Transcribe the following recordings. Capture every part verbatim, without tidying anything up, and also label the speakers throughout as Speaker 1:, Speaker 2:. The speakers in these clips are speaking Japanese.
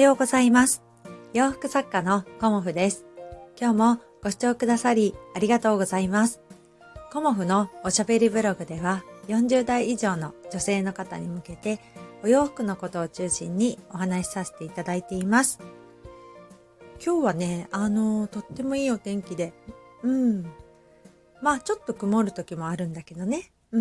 Speaker 1: ようございます。洋服作家のコモフです。今日もご視聴くださりありがとうございます。コモフのおしゃべりブログではよんじゅう代以上の女性の方に向けてお洋服のことを中心にお話しさせていただいています。今日はね、あのとってもいいお天気で、うん、まあちょっと曇る時もあるんだけどね、うん、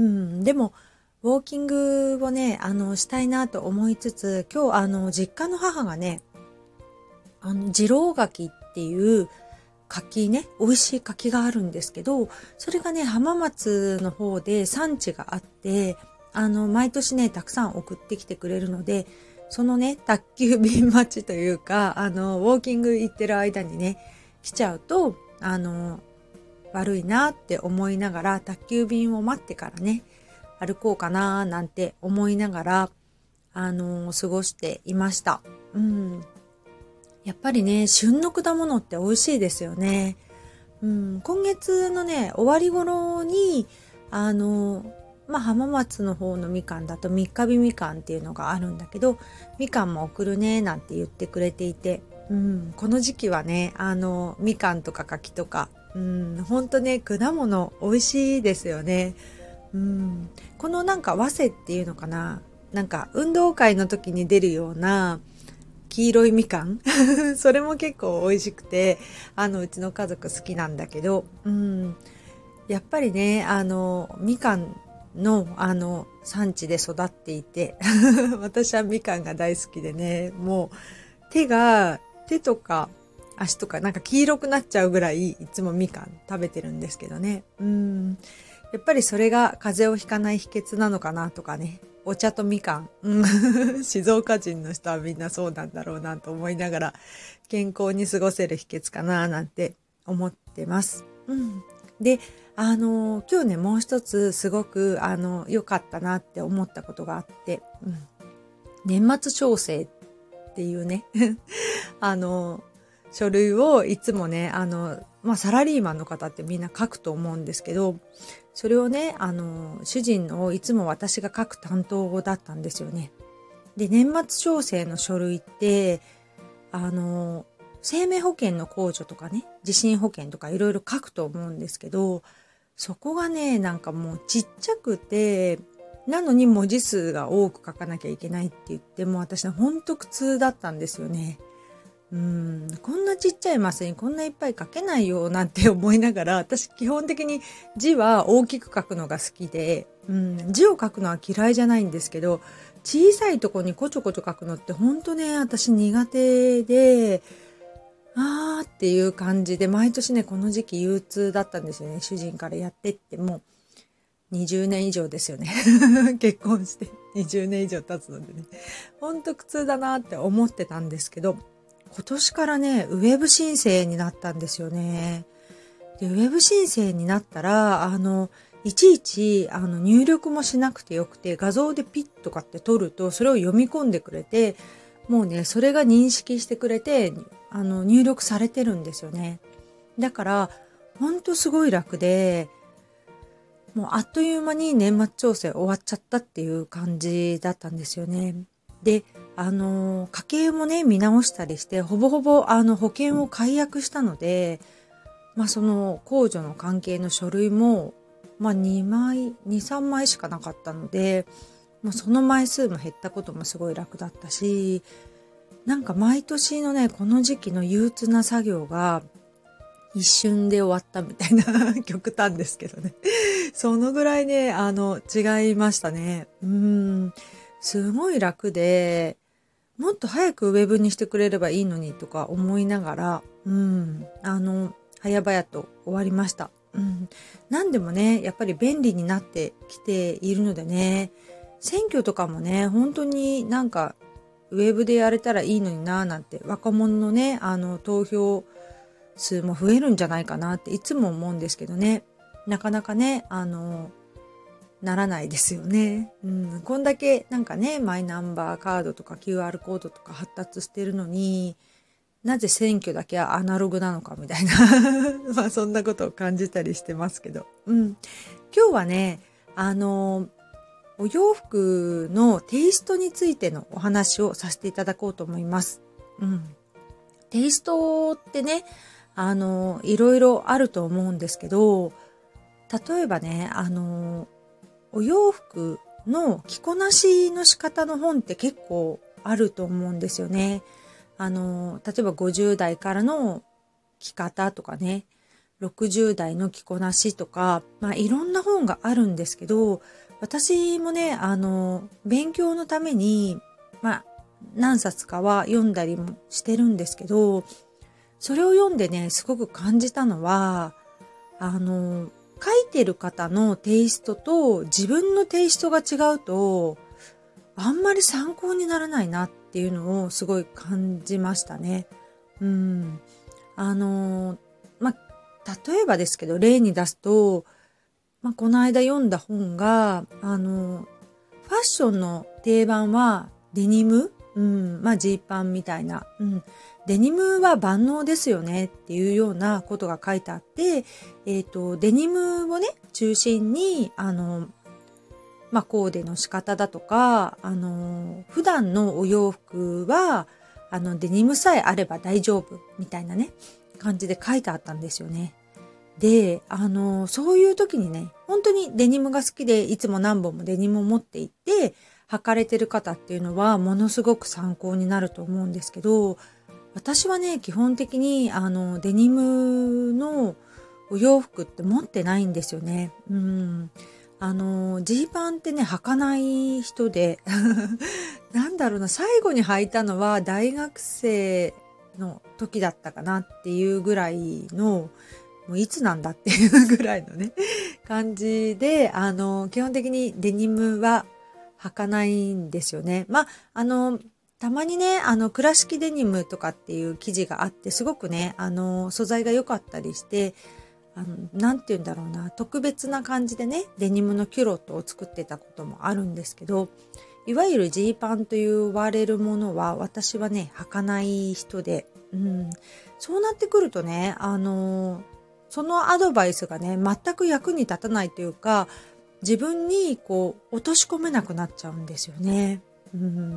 Speaker 1: でもウォーキングをね、あの、したいなと思いつつ、今日、あの、実家の母がね、あの、次郎柿っていう柿ね、美味しい柿があるんですけど、それがね、浜松の方で産地があって、あの、毎年ね、たくさん送ってきてくれるので、そのね、宅急便待ちというか、あの、ウォーキング行ってる間にね、来ちゃうと、あの、悪いなって思いながら、宅急便を待ってからね、歩こうかななんて思いながら、あのー、過ごしていました。うん。やっぱりね、旬の果物って美味しいですよね。うん。今月のね、終わり頃に、あのー、まあ、浜松の方のみかんだと三日日みかんっていうのがあるんだけど、みかんも送るねなんて言ってくれていて、うん。この時期はね、あのー、みかんとか柿とか、うん。ほんとね、果物美味しいですよね。うん、このなんか早生っていうのかな、なんか運動会の時に出るような黄色いみかんそれも結構美味しくて、あのうちの家族好きなんだけど、うん、やっぱりね、あのみかんのあの産地で育っていて私はみかんが大好きでね、もう手が手とか足とかなんか黄色くなっちゃうぐらいいつもみかん食べてるんですけどね。うん、やっぱりそれが風邪をひかない秘訣なのかなとかね。お茶とみかん。うん、静岡人の人はみんなそうなんだろうなと思いながら、健康に過ごせる秘訣かななんて思ってます。うん、で、あの、今日ね、もう一つすごく、あの、良かったなって思ったことがあって、うん、年末調整っていうね、あの、書類をいつもね、あの、まあ、サラリーマンの方ってみんな書くと思うんですけど、それをね、あの、主人のいつも私が書く担当だったんですよね。で、年末調整の書類って、あの、生命保険の控除とかね、地震保険とかいろいろ書くと思うんですけど、そこがね、なんかもうちっちゃくて、なのに文字数が多く書かなきゃいけないって言っても、私はほんと苦痛だったんですよね。うん、こんなちっちゃいマスにこんないっぱい書けないよなんて思いながら、私基本的に字は大きく書くのが好きで、うん、字を書くのは嫌いじゃないんですけど、小さいとこにこちょこちょ書くのってほんとね、私苦手で、あーっていう感じで、毎年ね、この時期憂鬱だったんですよね。主人からやってってもうにじゅうねん以上ですよね。結婚してにじゅうねん以上経つのでね。ほんと苦痛だなって思ってたんですけど、今年からね、ウェブ申請になったんですよね。で、ウェブ申請になったら、あの、いちいちあの入力もしなくてよくて、画像でピッとかって撮ると、それを読み込んでくれて、もうね、それが認識してくれて、あの、入力されてるんですよね。だから、ほんとすごい楽で、もうあっという間に年末調整終わっちゃったっていう感じだったんですよね。で、あの、家計もね、見直したりして、ほぼほぼあの保険を解約したので、まあその控除の関係の書類も、まあにまい、に、さんまいしかなかったので、もうその枚数も減ったこともすごい楽だったし、なんか毎年のね、この時期の憂鬱な作業が一瞬で終わったみたいな極端ですけどね。そのぐらいね、あの、違いましたね。うん。すごい楽で、もっと早くウェブにしてくれればいいのにとか思いながら、うん。あの、早々と終わりました。うん。なんでもね、やっぱり便利になってきているのでね、選挙とかもね、本当になんか、ウェブでやれたらいいのになーなんて、若者のね、あの、投票数も増えるんじゃないかなっていつも思うんですけどね。なかなかね、あの、ならないですよね。うん。こんだけなんかね、マイナンバーカードとか キューアール コードとか発達してるのに、なぜ選挙だけはアナログなのかみたいな。まあそんなことを感じたりしてますけど。うん。今日はね、あの、お洋服のテイストについてのお話をさせていただこうと思います。 うん。テイストってね、あの、いろいろあると思うんですけど、例えばね、あの、お洋服の着こなしの仕方の本って結構あると思うんですよね。あの、例えばごじゅう代からの着方とかね、ろくじゅう代の着こなしとか、まあいろんな本があるんですけど、私もね、あの、勉強のために、まあ何冊かは読んだりもしてるんですけど、それを読んでね、すごく感じたのは、あの、書いてる方のテイストと自分のテイストが違うと、あんまり参考にならないなっていうのをすごい感じましたね。うん。あの、ま、例えばですけど、例に出すと、ま、この間読んだ本が、あの、ファッションの定番はデニム、うん、まあジーパンみたいな、うん、デニムは万能ですよねっていうようなことが書いてあって、えっと、デニムをね、中心に、あの、まあコーデの仕方だとか、あの、普段のお洋服は、あの、デニムさえあれば大丈夫みたいなね、感じで書いてあったんですよね。で、あの、そういう時にね、本当にデニムが好きで、いつも何本もデニムを持っていて、履かれてる方っていうのは、ものすごく参考になると思うんですけど、私はね、基本的に、あの、デニムのお洋服って持ってないんですよね。うん。あの、ジーパンってね、履かない人で、なんだろうな、最後に履いたのは大学生の時だったかなっていうぐらいの、もういつなんだっていうぐらいのね、感じで、あの、基本的にデニムは履かないんですよね。まあ、あの、たまにね、あの、倉敷デニムとかっていう生地があって、すごくね、あの、素材が良かったりして、あの、なんて言うんだろうな、特別な感じでね、デニムのキュロットを作ってたこともあるんですけど、いわゆるジーパンと言われるものは、私はね、履かない人で、うん、そうなってくるとね、あの、そのアドバイスがね、全く役に立たないというか、自分にこう、落とし込めなくなっちゃうんですよね。うん、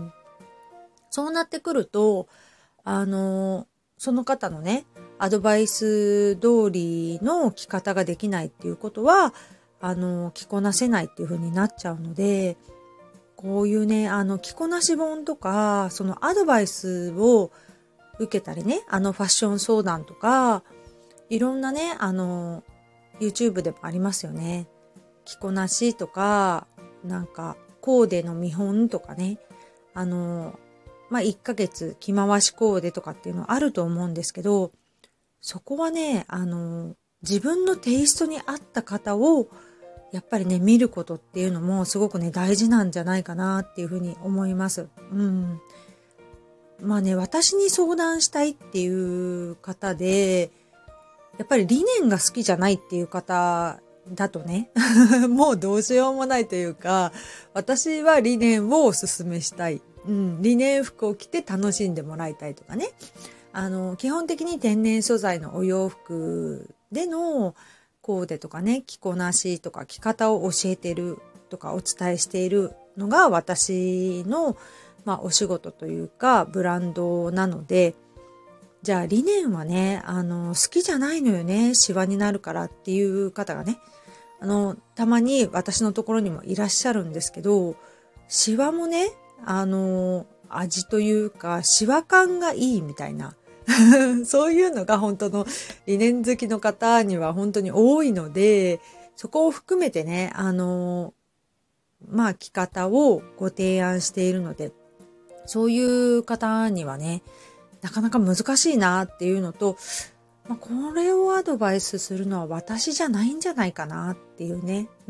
Speaker 1: そうなってくると、あの、その方のね、アドバイス通りの着方ができないっていうことは、あの、着こなせないっていう風になっちゃうので、こういうね、あの、着こなし本とか、そのアドバイスを受けたりね、あのファッション相談とか、いろんなね、あの、YouTube でもありますよね。着こなしとか、なんか、コーデの見本とかね。あの、まあ、いっかげつ着回しコーデとかっていうのあると思うんですけど、そこはね、あの、自分のテイストに合った方を、やっぱりね、見ることっていうのもすごくね、大事なんじゃないかなっていうふうに思います。うん。まあね、私に相談したいっていう方で、やっぱり理念が好きじゃないっていう方だとね、もうどうしようもないというか、私は理念をお勧めしたい。うん、理念服を着て楽しんでもらいたいとかね。あの、基本的に天然素材のお洋服でのコーデとかね、着こなしとか着方を教えているとかお伝えしているのが私の、まあ、お仕事というかブランドなので、じゃあ理念はね、あの、好きじゃないのよね、シワになるからっていう方がね、あの、たまに私のところにもいらっしゃるんですけど、シワもね、あの、味というか、シワ感がいいみたいな、そういうのが本当の理念好きの方には本当に多いので、そこを含めてね、あの、まあ、着方をご提案しているので、そういう方にはね、なかなか難しいなっていうのと、まあ、これをアドバイスするのは私じゃないんじゃないかなっていうね、うん、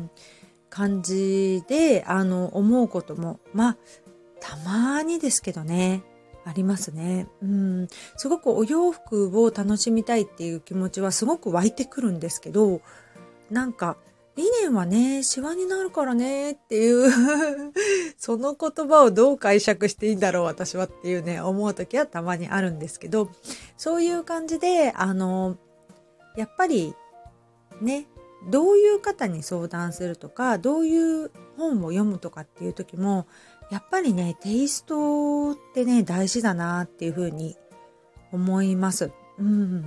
Speaker 1: 感じで、あの、思うことも、まあ、たまにですけどね、ありますね。うん、すごくお洋服を楽しみたいっていう気持ちはすごく湧いてくるんですけど、なんか、理念はね、シワになるからねっていうその言葉をどう解釈していいんだろう私はっていうね、思う時はたまにあるんですけど、そういう感じで、あの、やっぱりね、 どういう方に相談するとか、どういう本を読むとかっていう時も、やっぱりね、テイストってね、大事だなっていうふうに思います。うん。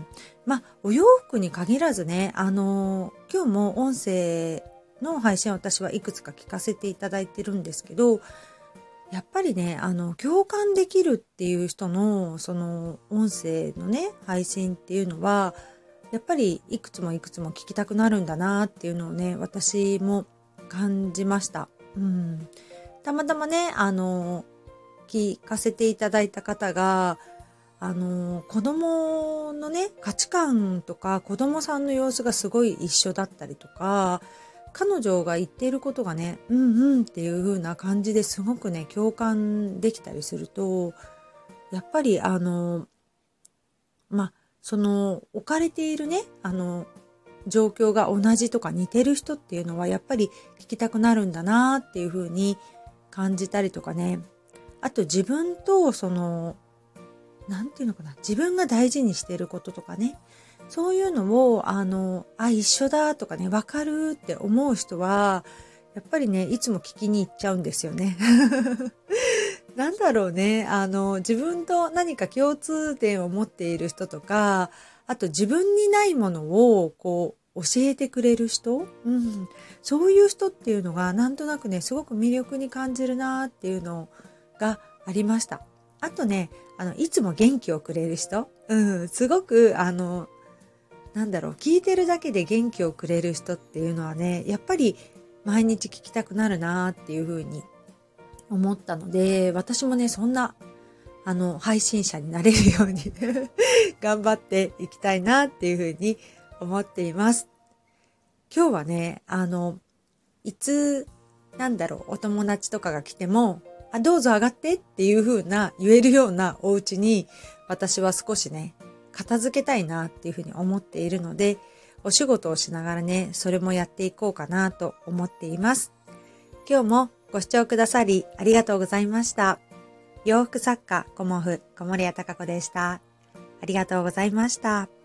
Speaker 1: まあ、お洋服に限らずね、あの、今日も音声の配信を私はいくつか聞かせていただいてるんですけど、やっぱりね、あの、共感できるっていう人の、その、音声のね、配信っていうのは、やっぱりいくつもいくつも聞きたくなるんだなっていうのをね、私も感じました。うん。たまたまね、あの、聞かせていただいた方が、あの、子供のね、価値観とか子供さんの様子がすごい一緒だったりとか、彼女が言っていることがね、うんうんっていう風な感じですごくね、共感できたりすると、やっぱりあの、まあ、その置かれているね、あの、状況が同じとか似てる人っていうのはやっぱり聞きたくなるんだなっていう風に感じたりとかね。あと自分とその、なんていうのかな、自分が大事にしていることとかね、そういうのを、あの、あ、一緒だとかね、わかるって思う人は、やっぱりね、いつも聞きに行っちゃうんですよね。なんだろうね、あの、自分と何か共通点を持っている人とか、あと自分にないものを、こう、教えてくれる人、うん、そういう人っていうのが、なんとなくね、すごく魅力に感じるなっていうのがありました。あとね、あの、いつも元気をくれる人、うん、すごく、あの、なんだろう、聞いてるだけで元気をくれる人っていうのはね、やっぱり毎日聞きたくなるなっていうふうに思ったので、私もね、そんな、あの、配信者になれるように頑張っていきたいなっていうふうに思っています。今日はね、あの、いつ、なんだろう、お友達とかが来ても、あ、どうぞ上がってっていう風な言えるようなお家に私は少しね、片付けたいなっていう風に思っているので、お仕事をしながらね、それもやっていこうかなと思っています。今日もご視聴くださりありがとうございました。洋服作家コモフ小森屋隆子でした。ありがとうございました。